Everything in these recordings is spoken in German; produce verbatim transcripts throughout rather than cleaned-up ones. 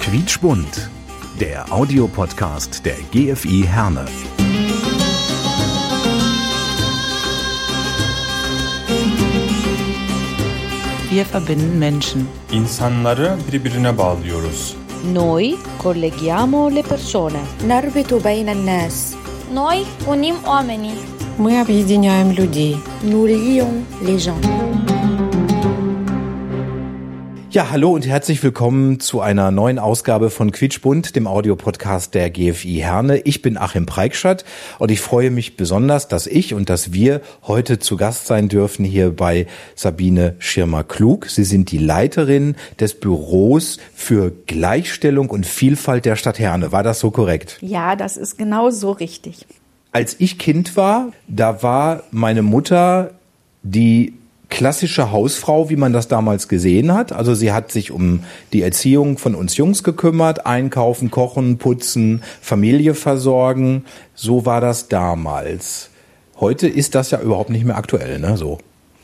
Quietschbunt, der Audiopodcast der G F I Herne. Wir verbinden Menschen. İnsanları birbirine bağlıyoruz. Noi colleghiamo le persone. نربط بين الناس. Noi unim oamenii. Мы объединяем людей. Nous lions les gens. Ja, hallo und herzlich willkommen zu einer neuen Ausgabe von Quietschbunt, dem Audiopodcast der G F I Herne. Ich bin Achim Preikschat und ich freue mich besonders, dass ich und dass wir heute zu Gast sein dürfen hier bei Sabine Schirmer-Klug. Sie sind die Leiterin des Büros für Gleichstellung und Vielfalt der Stadt Herne. War das so korrekt? Ja, das ist genau so richtig. Als ich Kind war, da war meine Mutter die klassische Hausfrau, wie man das damals gesehen hat. Also sie hat sich um die Erziehung von uns Jungs gekümmert, einkaufen, kochen, putzen, Familie versorgen. So war das damals. Heute ist das ja überhaupt nicht mehr aktuell, ne? So.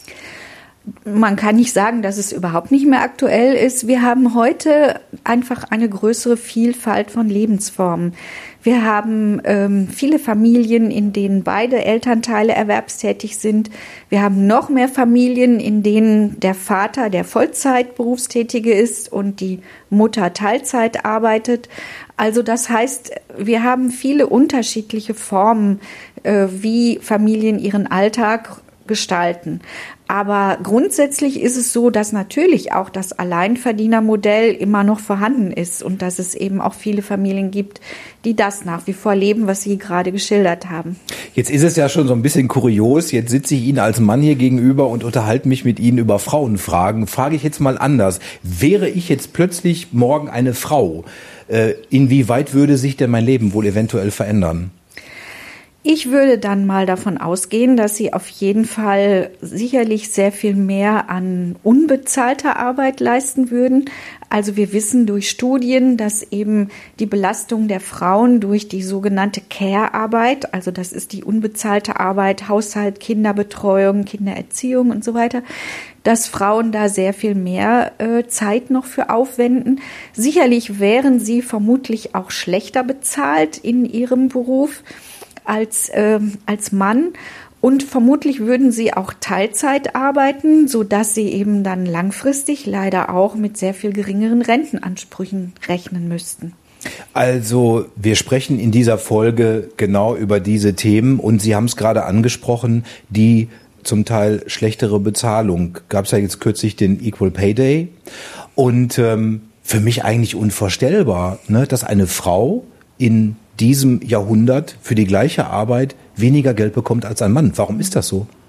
Man kann nicht sagen, dass es überhaupt nicht mehr aktuell ist. Wir haben heute einfach eine größere Vielfalt von Lebensformen. Wir haben ähm, viele Familien, in denen beide Elternteile erwerbstätig sind. Wir haben noch mehr Familien, in denen der Vater der Vollzeitberufstätige ist und die Mutter Teilzeit arbeitet. Also das heißt, wir haben viele unterschiedliche Formen, äh, wie Familien ihren Alltag gestalten. Aber grundsätzlich ist es so, dass natürlich auch das Alleinverdienermodell immer noch vorhanden ist und dass es eben auch viele Familien gibt, die das nach wie vor leben, was Sie gerade geschildert haben. Jetzt ist es ja schon so ein bisschen kurios. Jetzt sitze ich Ihnen als Mann hier gegenüber und unterhalte mich mit Ihnen über Frauenfragen. Frage ich jetzt mal anders. Wäre ich jetzt plötzlich morgen eine Frau, äh, inwieweit würde sich denn mein Leben wohl eventuell verändern? Ich würde dann mal davon ausgehen, dass Sie auf jeden Fall sicherlich sehr viel mehr an unbezahlter Arbeit leisten würden. Also wir wissen durch Studien, dass eben die Belastung der Frauen durch die sogenannte Care-Arbeit, also das ist die unbezahlte Arbeit, Haushalt, Kinderbetreuung, Kindererziehung und so weiter, dass Frauen da sehr viel mehr äh, Zeit noch für aufwenden. Sicherlich wären sie vermutlich auch schlechter bezahlt in ihrem Beruf als äh, als Mann und vermutlich würden sie auch Teilzeit arbeiten, so dass sie eben dann langfristig leider auch mit sehr viel geringeren Rentenansprüchen rechnen müssten. Also wir sprechen in dieser Folge genau über diese Themen und Sie haben es gerade angesprochen, die zum Teil schlechtere Bezahlung. Gab es ja jetzt kürzlich den Equal Pay Day und ähm, für mich eigentlich unvorstellbar, ne, dass eine Frau in diesem Jahrhundert für die gleiche Arbeit weniger Geld bekommt als ein Mann. Warum ist das so?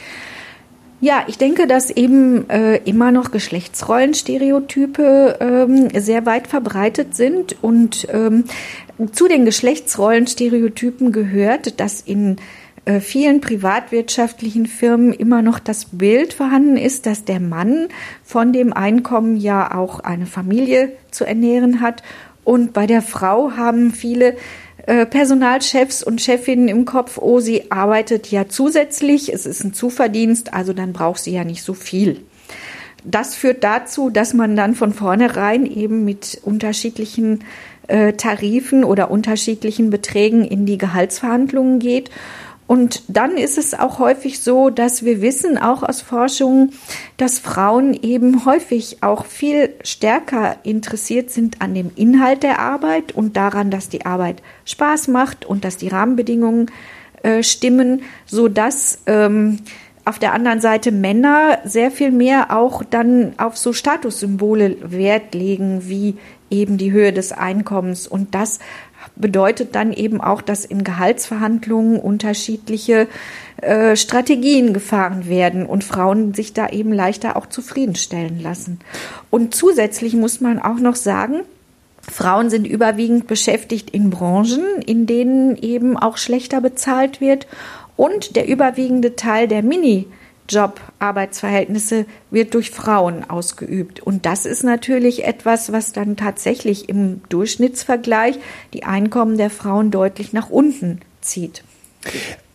Ja, ich denke, dass eben äh, immer noch Geschlechtsrollenstereotype ähm, sehr weit verbreitet sind und ähm, zu den Geschlechtsrollenstereotypen gehört, dass in äh, vielen privatwirtschaftlichen Firmen immer noch das Bild vorhanden ist, dass der Mann von dem Einkommen ja auch eine Familie zu ernähren hat. Und bei der Frau haben viele äh, Personalchefs und Chefinnen im Kopf, oh, sie arbeitet ja zusätzlich, es ist ein Zuverdienst, also dann braucht sie ja nicht so viel. Das führt dazu, dass man dann von vornherein eben mit unterschiedlichen äh, Tarifen oder unterschiedlichen Beträgen in die Gehaltsverhandlungen geht. Und dann ist es auch häufig so, dass wir wissen, auch aus Forschung, dass Frauen eben häufig auch viel stärker interessiert sind an dem Inhalt der Arbeit und daran, dass die Arbeit Spaß macht und dass die Rahmenbedingungen äh, stimmen, sodass ähm, auf der anderen Seite Männer sehr viel mehr auch dann auf so Statussymbole Wert legen, wie eben die Höhe des Einkommens. Und das bedeutet dann eben auch, dass in Gehaltsverhandlungen unterschiedliche äh, Strategien gefahren werden und Frauen sich da eben leichter auch zufriedenstellen lassen. Und zusätzlich muss man auch noch sagen, Frauen sind überwiegend beschäftigt in Branchen, in denen eben auch schlechter bezahlt wird und der überwiegende Teil der Mini Job-Arbeitsverhältnisse wird durch Frauen ausgeübt. Und das ist natürlich etwas, was dann tatsächlich im Durchschnittsvergleich die Einkommen der Frauen deutlich nach unten zieht.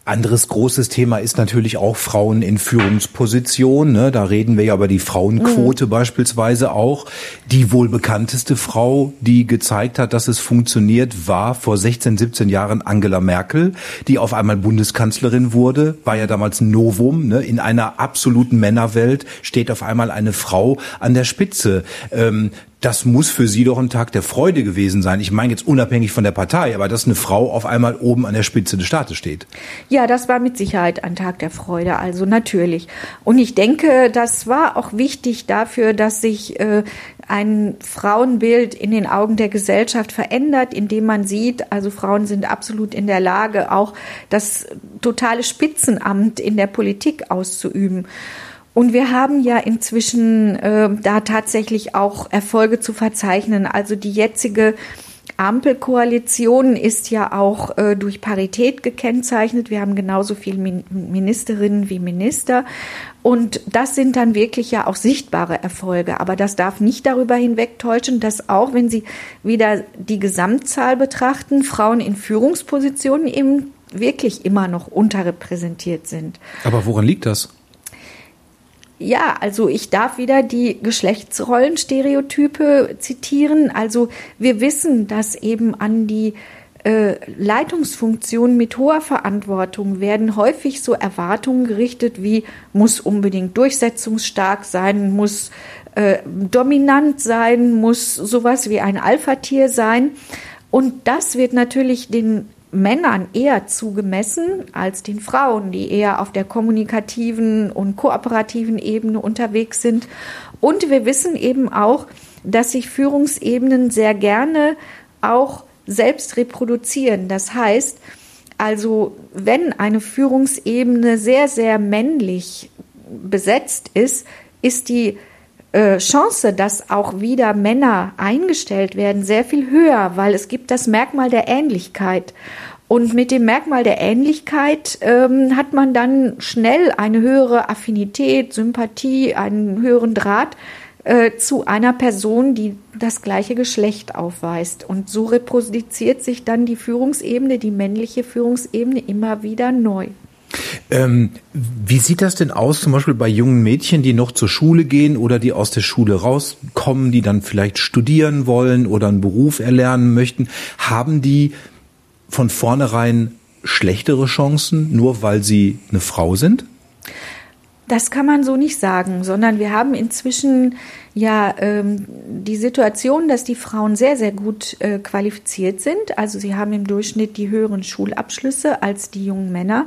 Anderes großes Thema ist natürlich auch Frauen in Führungspositionen. Ne? Da reden wir ja über die Frauenquote mhm. beispielsweise auch. Die wohl bekannteste Frau, die gezeigt hat, dass es funktioniert, war vor sechzehn, siebzehn Jahren Angela Merkel, die auf einmal Bundeskanzlerin wurde. War ja damals ein Novum. Ne? In einer absoluten Männerwelt steht auf einmal eine Frau an der Spitze. Ähm, Das muss für Sie doch ein Tag der Freude gewesen sein. Ich meine jetzt unabhängig von der Partei, aber dass eine Frau auf einmal oben an der Spitze des Staates steht. Ja, das war mit Sicherheit ein Tag der Freude, also natürlich. Und ich denke, das war auch wichtig dafür, dass sich äh, ein Frauenbild in den Augen der Gesellschaft verändert, indem man sieht, also Frauen sind absolut in der Lage, auch das totale Spitzenamt in der Politik auszuüben. Und wir haben ja inzwischen äh, da tatsächlich auch Erfolge zu verzeichnen. Also die jetzige Ampelkoalition ist ja auch äh, durch Parität gekennzeichnet. Wir haben genauso viele Min- Ministerinnen wie Minister. Und das sind dann wirklich ja auch sichtbare Erfolge. Aber das darf nicht darüber hinwegtäuschen, dass auch, wenn Sie wieder die Gesamtzahl betrachten, Frauen in Führungspositionen eben wirklich immer noch unterrepräsentiert sind. Aber woran liegt das? Ja, also ich darf wieder die Geschlechtsrollenstereotype zitieren. Also wir wissen, dass eben an die äh, Leitungsfunktionen mit hoher Verantwortung werden häufig so Erwartungen gerichtet wie muss unbedingt durchsetzungsstark sein, muss äh, dominant sein, muss sowas wie ein Alpha-Tier sein. Und das wird natürlich den Männern eher zugemessen als den Frauen, die eher auf der kommunikativen und kooperativen Ebene unterwegs sind. Und wir wissen eben auch, dass sich Führungsebenen sehr gerne auch selbst reproduzieren. Das heißt, also wenn eine Führungsebene sehr, sehr männlich besetzt ist, ist die Chance, dass auch wieder Männer eingestellt werden, sehr viel höher, weil es gibt das Merkmal der Ähnlichkeit. Und mit dem Merkmal der Ähnlichkeit ähm, hat man dann schnell eine höhere Affinität, Sympathie, einen höheren Draht äh, zu einer Person, die das gleiche Geschlecht aufweist. Und so reproduziert sich dann die Führungsebene, die männliche Führungsebene immer wieder neu. Ähm, wie sieht das denn aus, zum Beispiel bei jungen Mädchen, die noch zur Schule gehen oder die aus der Schule rauskommen, die dann vielleicht studieren wollen oder einen Beruf erlernen möchten? Haben die von vornherein schlechtere Chancen, nur weil sie eine Frau sind? Das kann man so nicht sagen, sondern wir haben inzwischen ja ähm, die Situation, dass die Frauen sehr, sehr gut äh, qualifiziert sind. Also sie haben im Durchschnitt die höheren Schulabschlüsse als die jungen Männer.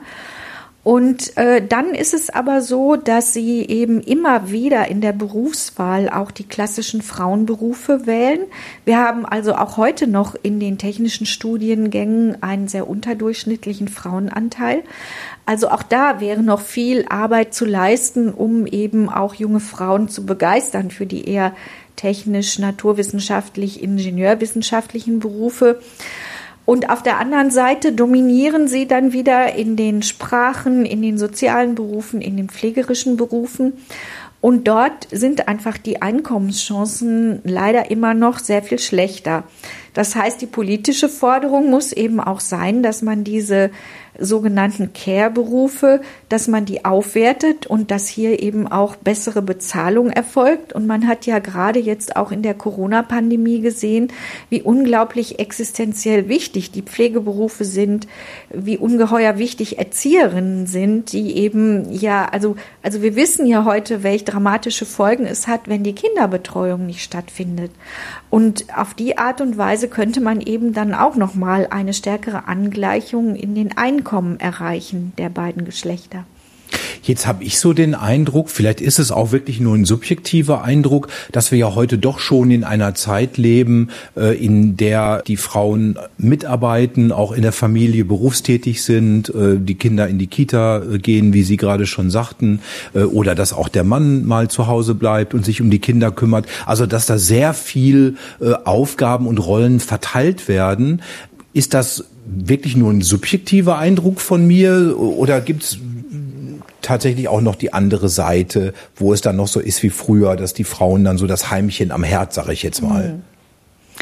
Und äh, dann ist es aber so, dass sie eben immer wieder in der Berufswahl auch die klassischen Frauenberufe wählen. Wir haben also auch heute noch in den technischen Studiengängen einen sehr unterdurchschnittlichen Frauenanteil. Also auch da wäre noch viel Arbeit zu leisten, um eben auch junge Frauen zu begeistern für die eher technisch, naturwissenschaftlich, ingenieurwissenschaftlichen Berufe. Und auf der anderen Seite dominieren sie dann wieder in den Sprachen, in den sozialen Berufen, in den pflegerischen Berufen. Und dort sind einfach die Einkommenschancen leider immer noch sehr viel schlechter. Das heißt, die politische Forderung muss eben auch sein, dass man diese sogenannten Care-Berufe, dass man die aufwertet und dass hier eben auch bessere Bezahlung erfolgt. Und man hat ja gerade jetzt auch in der Corona-Pandemie gesehen, wie unglaublich existenziell wichtig die Pflegeberufe sind, wie ungeheuer wichtig Erzieherinnen sind, die eben ja, also, also wir wissen ja heute, welche dramatische Folgen es hat, wenn die Kinderbetreuung nicht stattfindet. Und auf die Art und Weise könnte man eben dann auch nochmal eine stärkere Angleichung in den Einkommen erreichen der beiden Geschlechter. Jetzt habe ich so den Eindruck, vielleicht ist es auch wirklich nur ein subjektiver Eindruck, dass wir ja heute doch schon in einer Zeit leben, äh, in der die Frauen mitarbeiten, auch in der Familie berufstätig sind, äh, die Kinder in die Kita äh, gehen, wie Sie gerade schon sagten, äh, oder dass auch der Mann mal zu Hause bleibt und sich um die Kinder kümmert. Also dass da sehr viel äh, Aufgaben und Rollen verteilt werden. Ist das wirklich nur ein subjektiver Eindruck von mir oder gibt's tatsächlich auch noch die andere Seite, wo es dann noch so ist wie früher, dass die Frauen dann so das Heimchen am Herd, sage ich jetzt mal?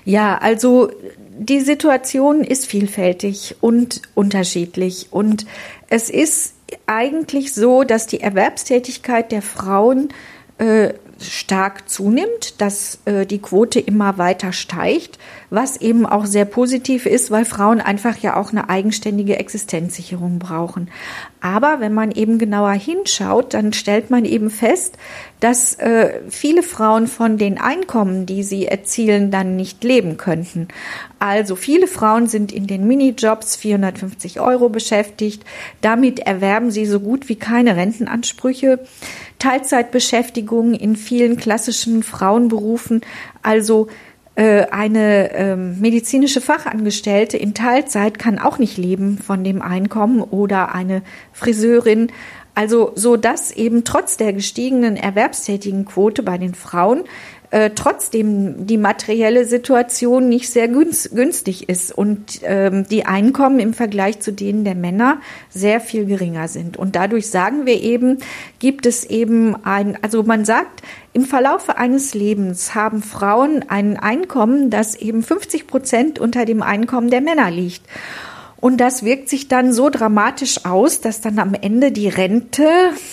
Ja, also die Situation ist vielfältig und unterschiedlich. Und es ist eigentlich so, dass die Erwerbstätigkeit der Frauen äh, stark zunimmt, dass äh, die Quote immer weiter steigt, was eben auch sehr positiv ist, weil Frauen einfach ja auch eine eigenständige Existenzsicherung brauchen. Aber wenn man eben genauer hinschaut, dann stellt man eben fest, dass äh, viele Frauen von den Einkommen, die sie erzielen, dann nicht leben könnten. Also viele Frauen sind in den Minijobs vierhundertfünfzig Euro beschäftigt. Damit erwerben sie so gut wie keine Rentenansprüche. Teilzeitbeschäftigung in vielen klassischen Frauenberufen, also äh, eine äh, medizinische Fachangestellte in Teilzeit kann auch nicht leben von dem Einkommen oder eine Friseurin. Also so dass eben trotz der gestiegenen Erwerbstätigenquote bei den Frauen äh, trotzdem die materielle Situation nicht sehr günstig ist und ähm, die Einkommen im Vergleich zu denen der Männer sehr viel geringer sind. Und dadurch sagen wir eben, gibt es eben ein, also man sagt, im Verlaufe eines Lebens haben Frauen ein Einkommen, das eben fünfzig Prozent unter dem Einkommen der Männer liegt. Und das wirkt sich dann so dramatisch aus, dass dann am Ende die Rente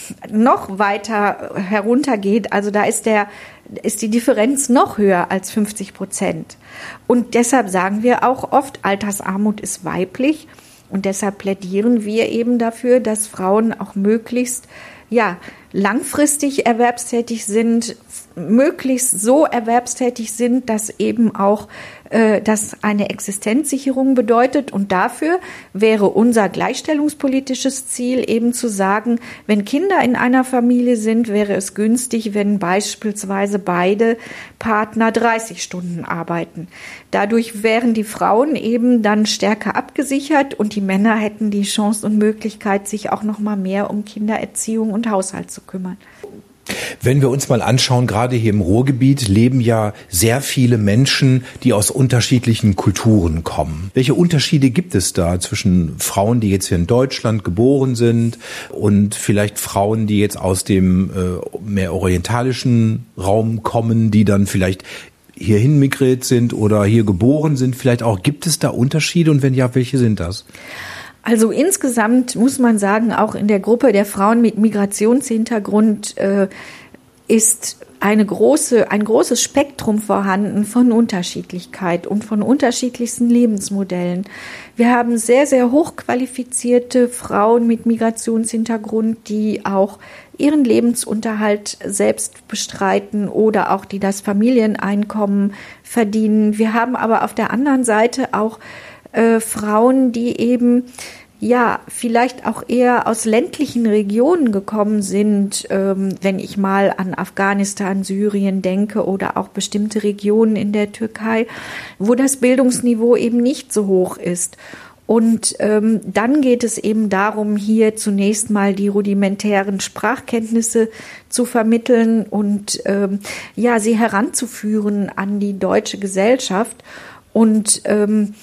noch weiter heruntergeht. Also da ist der, ist die Differenz noch höher als fünfzig Prozent. Und deshalb sagen wir auch oft, Altersarmut ist weiblich. Und deshalb plädieren wir eben dafür, dass Frauen auch möglichst, ja, langfristig erwerbstätig sind, möglichst so erwerbstätig sind, dass eben auch äh, das eine Existenzsicherung bedeutet. Und dafür wäre unser gleichstellungspolitisches Ziel eben zu sagen, wenn Kinder in einer Familie sind, wäre es günstig, wenn beispielsweise beide Partner dreißig Stunden arbeiten. Dadurch wären die Frauen eben dann stärker abgesichert und die Männer hätten die Chance und Möglichkeit, sich auch noch mal mehr um Kindererziehung und Haushalt zu kümmern. Wenn wir uns mal anschauen, gerade hier im Ruhrgebiet leben ja sehr viele Menschen, die aus unterschiedlichen Kulturen kommen. Welche Unterschiede gibt es da zwischen Frauen, die jetzt hier in Deutschland geboren sind und vielleicht Frauen, die jetzt aus dem äh, mehr orientalischen Raum kommen, die dann vielleicht hierhin migriert sind oder hier geboren sind? Vielleicht auch, gibt es da Unterschiede und wenn ja, welche sind das? Also insgesamt muss man sagen, auch in der Gruppe der Frauen mit Migrationshintergrund äh, ist eine große, ein großes Spektrum vorhanden von Unterschiedlichkeit und von unterschiedlichsten Lebensmodellen. Wir haben sehr, sehr hochqualifizierte Frauen mit Migrationshintergrund, die auch ihren Lebensunterhalt selbst bestreiten oder auch die das Familieneinkommen verdienen. Wir haben aber auf der anderen Seite auch Äh, Frauen, die eben ja vielleicht auch eher aus ländlichen Regionen gekommen sind, ähm, wenn ich mal an Afghanistan, Syrien denke oder auch bestimmte Regionen in der Türkei, wo das Bildungsniveau eben nicht so hoch ist. Und ähm, dann geht es eben darum, hier zunächst mal die rudimentären Sprachkenntnisse zu vermitteln und ähm, ja sie heranzuführen an die deutsche Gesellschaft. Und ähm,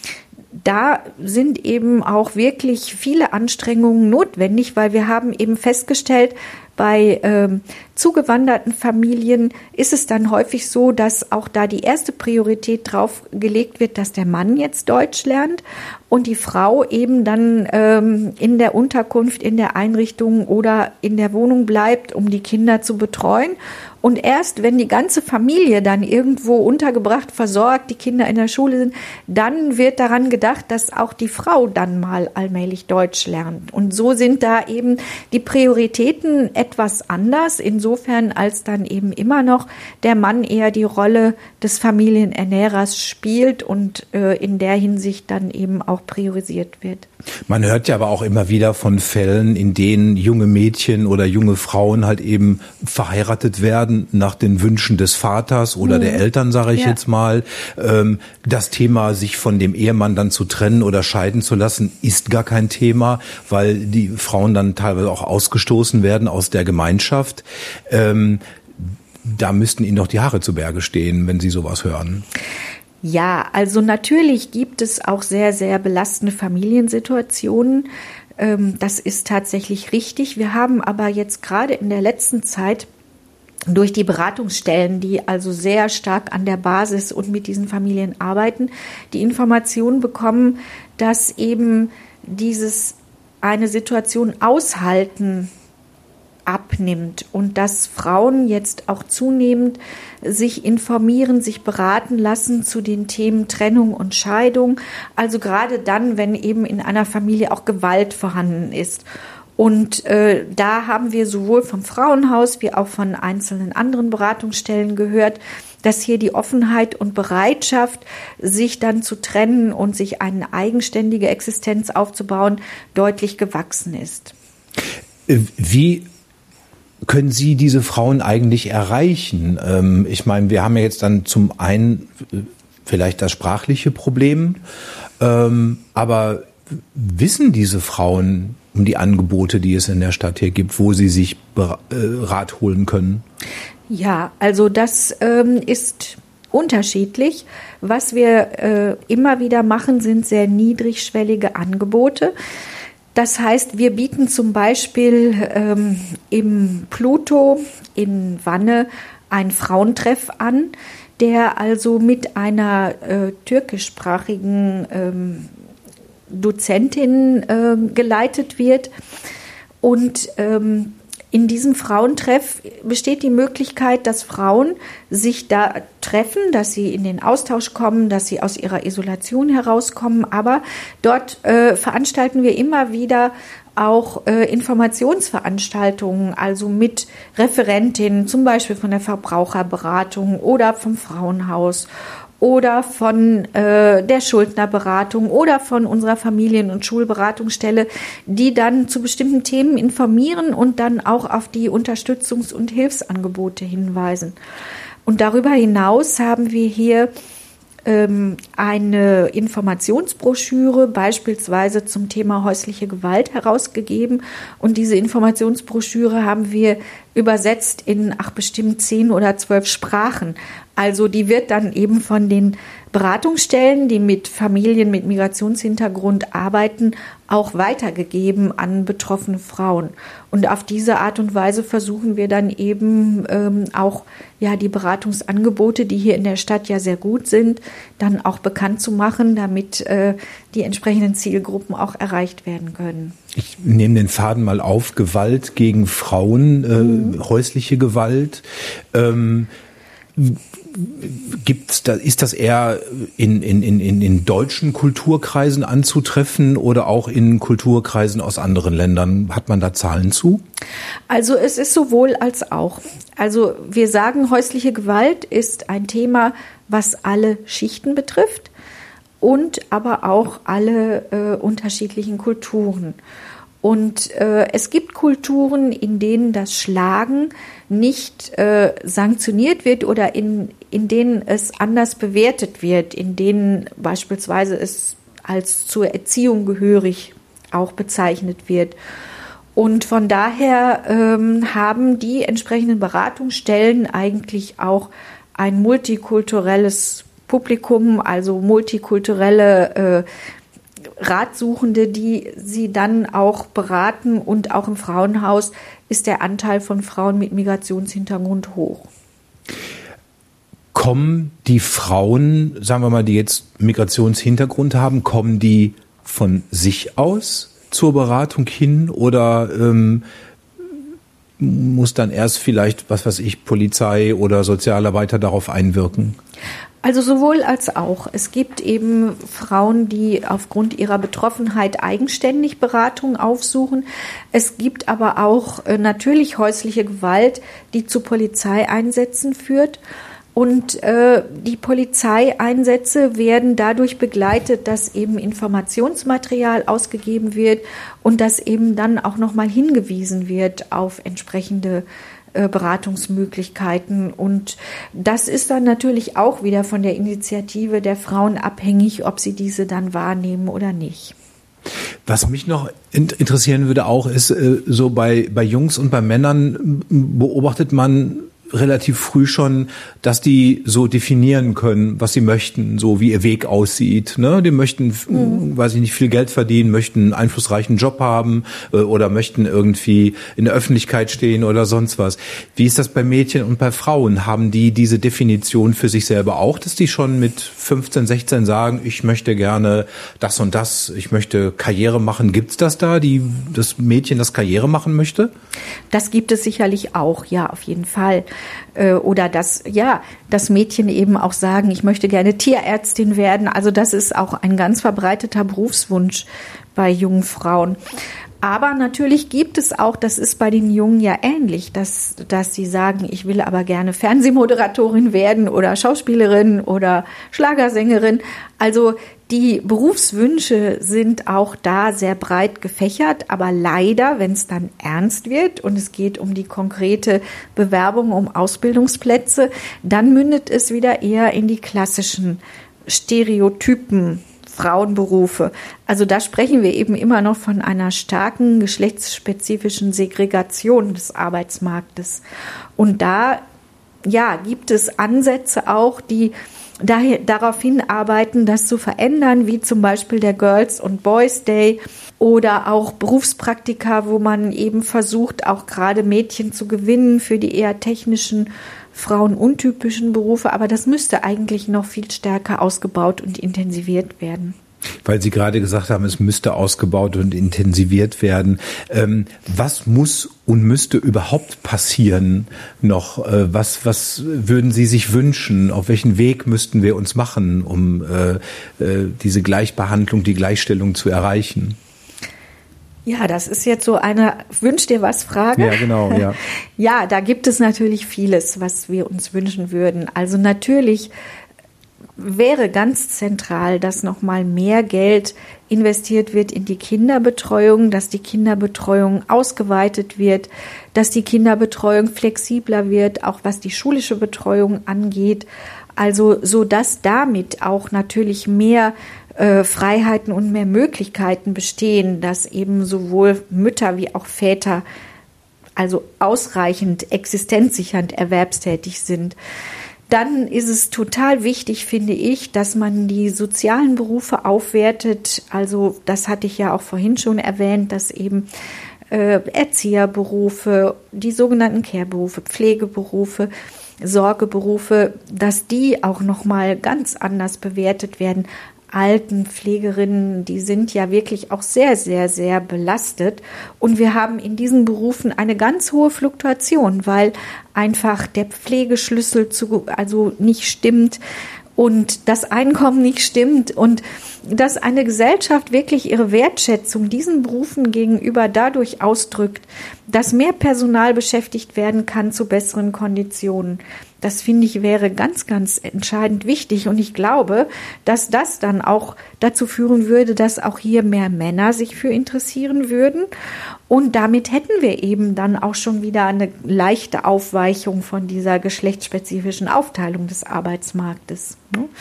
da sind eben auch wirklich viele Anstrengungen notwendig, weil wir haben eben festgestellt, bei ähm, zugewanderten Familien ist es dann häufig so, dass auch da die erste Priorität drauf gelegt wird, dass der Mann jetzt Deutsch lernt und die Frau eben dann ähm, in der Unterkunft, in der Einrichtung oder in der Wohnung bleibt, um die Kinder zu betreuen. Und erst wenn die ganze Familie dann irgendwo untergebracht, versorgt, die Kinder in der Schule sind, dann wird daran gedacht, dass auch die Frau dann mal allmählich Deutsch lernt. Und so sind da eben die Prioritäten etwas anders, insofern als dann eben immer noch der Mann eher die Rolle des Familienernährers spielt und äh, in der Hinsicht dann eben auch priorisiert wird. Man hört ja aber auch immer wieder von Fällen, in denen junge Mädchen oder junge Frauen halt eben verheiratet werden nach den Wünschen des Vaters oder mhm. der Eltern, sage ich ja. jetzt mal. Ähm, das Thema, sich von dem Ehemann dann zu trennen oder scheiden zu lassen, ist gar kein Thema, weil die Frauen dann teilweise auch ausgestoßen werden aus der Gemeinschaft. Ähm, da müssten Ihnen doch die Haare zu Berge stehen, wenn Sie sowas hören. Ja, also natürlich gibt es auch sehr, sehr belastende Familiensituationen. Das ist tatsächlich richtig. Wir haben aber jetzt gerade in der letzten Zeit durch die Beratungsstellen, die also sehr stark an der Basis und mit diesen Familien arbeiten, die Information bekommen, dass eben dieses eine Situation aushalten abnimmt und dass Frauen jetzt auch zunehmend sich informieren, sich beraten lassen zu den Themen Trennung und Scheidung, also gerade dann, wenn eben in einer Familie auch Gewalt vorhanden ist. Und äh, da haben wir sowohl vom Frauenhaus wie auch von einzelnen anderen Beratungsstellen gehört, dass hier die Offenheit und Bereitschaft, sich dann zu trennen und sich eine eigenständige Existenz aufzubauen, deutlich gewachsen ist. Wie können Sie diese Frauen eigentlich erreichen? Ähm, ich meine, wir haben ja jetzt dann zum einen vielleicht das sprachliche Problem, ähm, aber wissen diese Frauen um die Angebote, die es in der Stadt hier gibt, wo sie sich Rat holen können? Ja, also das ähm, ist unterschiedlich. Was wir äh, immer wieder machen, sind sehr niedrigschwellige Angebote. Das heißt, wir bieten zum Beispiel ähm, im Pluto in Wanne einen Frauentreff an, der also mit einer äh, türkischsprachigen ähm, Dozentin äh, geleitet wird. Und ähm, in diesem Frauentreff besteht die Möglichkeit, dass Frauen sich da treffen, dass sie in den Austausch kommen, dass sie aus ihrer Isolation herauskommen. Aber dort äh, veranstalten wir immer wieder auch äh, Informationsveranstaltungen, also mit Referentinnen, zum Beispiel von der Verbraucherberatung oder vom Frauenhaus oder von äh, der Schuldnerberatung oder von unserer Familien- und Schulberatungsstelle, die dann zu bestimmten Themen informieren und dann auch auf die Unterstützungs- und Hilfsangebote hinweisen. Und darüber hinaus haben wir hier ähm, eine Informationsbroschüre beispielsweise zum Thema häusliche Gewalt herausgegeben. Und diese Informationsbroschüre haben wir übersetzt in ach bestimmt zehn oder zwölf Sprachen. Also die wird dann eben von den Beratungsstellen, die mit Familien mit Migrationshintergrund arbeiten, auch weitergegeben an betroffene Frauen. Und auf diese Art und Weise versuchen wir dann eben ähm, auch ja die Beratungsangebote, die hier in der Stadt ja sehr gut sind, dann auch bekannt zu machen, damit äh, die entsprechenden Zielgruppen auch erreicht werden können. Ich nehme den Faden mal auf, Gewalt gegen Frauen, äh, mhm. häusliche Gewalt. Ähm, Gibt's da, ist das eher in, in, in, in deutschen Kulturkreisen anzutreffen oder auch in Kulturkreisen aus anderen Ländern? Hat man da Zahlen zu? Also es ist sowohl als auch. Also wir sagen, häusliche Gewalt ist ein Thema, was alle Schichten betrifft und aber auch alle äh, unterschiedlichen Kulturen. Und äh, es gibt Kulturen, in denen das Schlagen nicht äh, sanktioniert wird oder in, in denen es anders bewertet wird, in denen beispielsweise es als zur Erziehung gehörig auch bezeichnet wird. Und von daher ähm, haben die entsprechenden Beratungsstellen eigentlich auch ein multikulturelles Publikum, also multikulturelle äh, Ratsuchende, die sie dann auch beraten, und auch im Frauenhaus ist der Anteil von Frauen mit Migrationshintergrund hoch. Kommen die Frauen, sagen wir mal, die jetzt Migrationshintergrund haben, kommen die von sich aus zur Beratung hin oder ähm, muss dann erst vielleicht, was weiß ich, Polizei oder Sozialarbeiter darauf einwirken? Also sowohl als auch. Es gibt eben Frauen, die aufgrund ihrer Betroffenheit eigenständig Beratung aufsuchen. Es gibt aber auch äh, natürlich häusliche Gewalt, die zu Polizeieinsätzen führt. Und äh, die Polizeieinsätze werden dadurch begleitet, dass eben Informationsmaterial ausgegeben wird und dass eben dann auch nochmal hingewiesen wird auf entsprechende Beratungsmöglichkeiten. Und das ist dann natürlich auch wieder von der Initiative der Frauen abhängig, ob sie diese dann wahrnehmen oder nicht. Was mich noch interessieren würde auch, ist so bei, bei Jungs und bei Männern beobachtet man relativ früh schon, dass die so definieren können, was sie möchten, so wie ihr Weg aussieht. Ne? Die möchten, mhm. weiß ich nicht, viel Geld verdienen, möchten einen einflussreichen Job haben äh, oder möchten irgendwie in der Öffentlichkeit stehen oder sonst was. Wie ist das bei Mädchen und bei Frauen? Haben die diese Definition für sich selber auch, dass die schon mit fünfzehn, sechzehn sagen, ich möchte gerne das und das, ich möchte Karriere machen? Gibt's das da, die das Mädchen das Karriere machen möchte? Das gibt es sicherlich auch, ja, auf jeden Fall. Oder dass, ja, dass Mädchen eben auch sagen, ich möchte gerne Tierärztin werden. Also das ist auch ein ganz verbreiteter Berufswunsch bei jungen Frauen. Aber natürlich gibt es auch, das ist bei den Jungen ja ähnlich, dass, dass sie sagen, ich will aber gerne Fernsehmoderatorin werden oder Schauspielerin oder Schlagersängerin. Also die Berufswünsche sind auch da sehr breit gefächert, aber leider, wenn es dann ernst wird und es geht um die konkrete Bewerbung um Ausbildungsplätze, dann mündet es wieder eher in die klassischen Stereotypen. Frauenberufe. Also da sprechen wir eben immer noch von einer starken geschlechtsspezifischen Segregation des Arbeitsmarktes. Und da, ja, gibt es Ansätze auch, die daher, darauf hinarbeiten, das zu verändern, wie zum Beispiel der Girls- und Boys Day oder auch Berufspraktika, wo man eben versucht, auch gerade Mädchen zu gewinnen für die eher technischen, frauenuntypischen Berufe, aber das müsste eigentlich noch viel stärker ausgebaut und intensiviert werden. Weil Sie gerade gesagt haben, es müsste ausgebaut und intensiviert werden. Ähm, was muss und müsste überhaupt passieren noch? Äh, was, was würden Sie sich wünschen? Auf welchen Weg müssten wir uns machen, um äh, äh, diese Gleichbehandlung, die Gleichstellung zu erreichen? Ja, das ist jetzt so eine Wünsch dir was Frage. Ja, genau, ja. Ja, da gibt es natürlich vieles, was wir uns wünschen würden. Also natürlich wäre ganz zentral, dass nochmal mehr Geld investiert wird in die Kinderbetreuung, dass die Kinderbetreuung ausgeweitet wird, dass die Kinderbetreuung flexibler wird, auch was die schulische Betreuung angeht. Also so, dass damit auch natürlich mehr Freiheiten und mehr Möglichkeiten bestehen, dass eben sowohl Mütter wie auch Väter also ausreichend existenzsichernd erwerbstätig sind. Dann ist es total wichtig, finde ich, dass man die sozialen Berufe aufwertet. Also das hatte ich ja auch vorhin schon erwähnt, dass eben äh, Erzieherberufe, die sogenannten Care-Berufe, Pflegeberufe, Sorgeberufe, dass die auch nochmal ganz anders bewertet werden. Altenpflegerinnen, die sind ja wirklich auch sehr, sehr, sehr belastet. Und wir haben in diesen Berufen eine ganz hohe Fluktuation, weil einfach der Pflegeschlüssel zu, also nicht stimmt und das Einkommen nicht stimmt und dass eine Gesellschaft wirklich ihre Wertschätzung diesen Berufen gegenüber dadurch ausdrückt, dass mehr Personal beschäftigt werden kann zu besseren Konditionen. Das finde ich wäre ganz, ganz entscheidend wichtig. Und ich glaube, dass das dann auch dazu führen würde, dass auch hier mehr Männer sich für interessieren würden. Und damit hätten wir eben dann auch schon wieder eine leichte Aufweichung von dieser geschlechtsspezifischen Aufteilung des Arbeitsmarktes.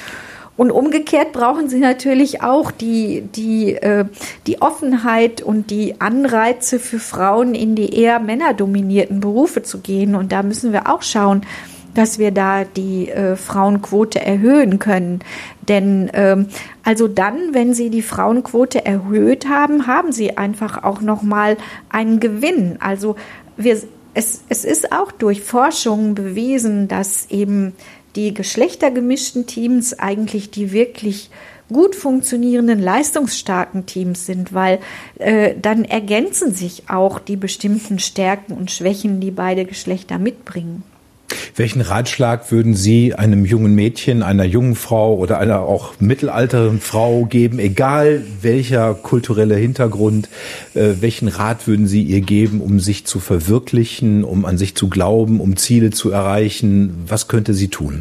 Und umgekehrt brauchen sie natürlich auch die, die, äh, die Offenheit und die Anreize für Frauen, in die eher männerdominierten Berufe zu gehen. Und da müssen wir auch schauen, dass wir da die äh, Frauenquote erhöhen können. Denn ähm, also dann, wenn Sie die Frauenquote erhöht haben, haben Sie einfach auch nochmal einen Gewinn. Also wir, es, es ist auch durch Forschung bewiesen, dass eben die geschlechtergemischten Teams eigentlich die wirklich gut funktionierenden, leistungsstarken Teams sind, weil äh, dann ergänzen sich auch die bestimmten Stärken und Schwächen, die beide Geschlechter mitbringen. Welchen Ratschlag würden Sie einem jungen Mädchen, einer jungen Frau oder einer auch mittelalteren Frau geben, egal welcher kulturelle Hintergrund, äh, welchen Rat würden Sie ihr geben, um sich zu verwirklichen, um an sich zu glauben, um Ziele zu erreichen? Was könnte sie tun?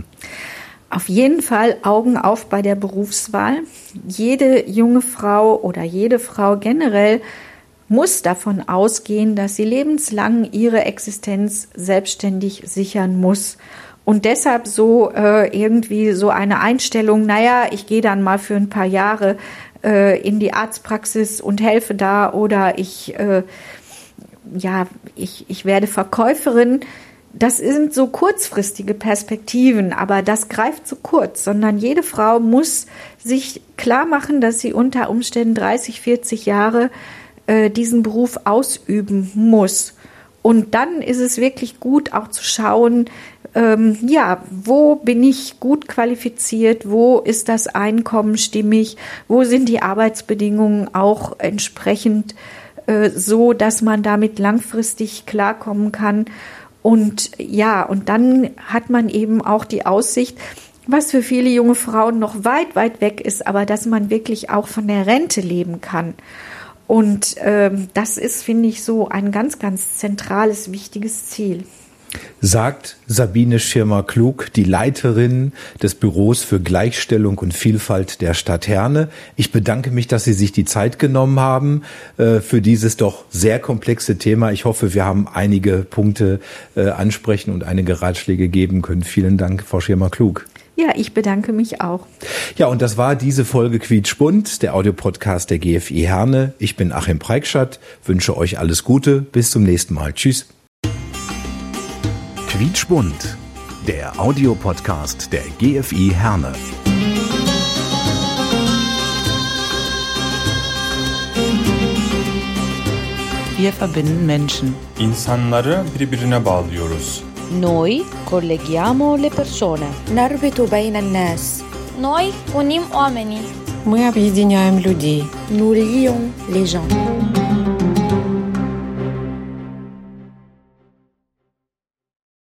Auf jeden Fall Augen auf bei der Berufswahl. Jede junge Frau oder jede Frau generell muss davon ausgehen, dass sie lebenslang ihre Existenz selbstständig sichern muss. Und deshalb so äh, irgendwie so eine Einstellung, naja, ich gehe dann mal für ein paar Jahre äh, in die Arztpraxis und helfe da oder ich, äh, ja, ich, ich werde Verkäuferin. das sind so kurzfristige Perspektiven, aber das greift zu kurz, sondern jede Frau muss sich klar machen, dass sie unter Umständen dreißig, vierzig Jahre äh, diesen Beruf ausüben muss. Und dann ist es wirklich gut, auch zu schauen, ähm, ja, wo bin ich gut qualifiziert, wo ist das Einkommen stimmig, wo sind die Arbeitsbedingungen auch entsprechend äh, so, dass man damit langfristig klarkommen kann. Und ja, und dann hat man eben auch die Aussicht, was für viele junge Frauen noch weit, weit weg ist, aber dass man wirklich auch von der Rente leben kann. Und ähm, das ist, finde ich, so ein ganz, ganz zentrales, wichtiges Ziel. Sagt Sabine Schirmer-Klug, die Leiterin des Büros für Gleichstellung und Vielfalt der Stadt Herne. Ich bedanke mich, dass Sie sich die Zeit genommen haben äh, für dieses doch sehr komplexe Thema. Ich hoffe, wir haben einige Punkte äh, ansprechen und einige Ratschläge geben können. Vielen Dank, Frau Schirmer-Klug. Ja, ich bedanke mich auch. Ja, und das war diese Folge Quietschbunt, der Audiopodcast der G F I Herne. Ich bin Achim Preikschat, wünsche euch alles Gute. Bis zum nächsten Mal. Tschüss. Quietschbunt, der Audiopodcast der G F I Herne. Wir verbinden Menschen. İnsanları birbirine bağlıyoruz. Noi colleghiamo le persone. نربط بين الناس. Noi unim oamenii. Мы объединяем людей. Nous lions les gens.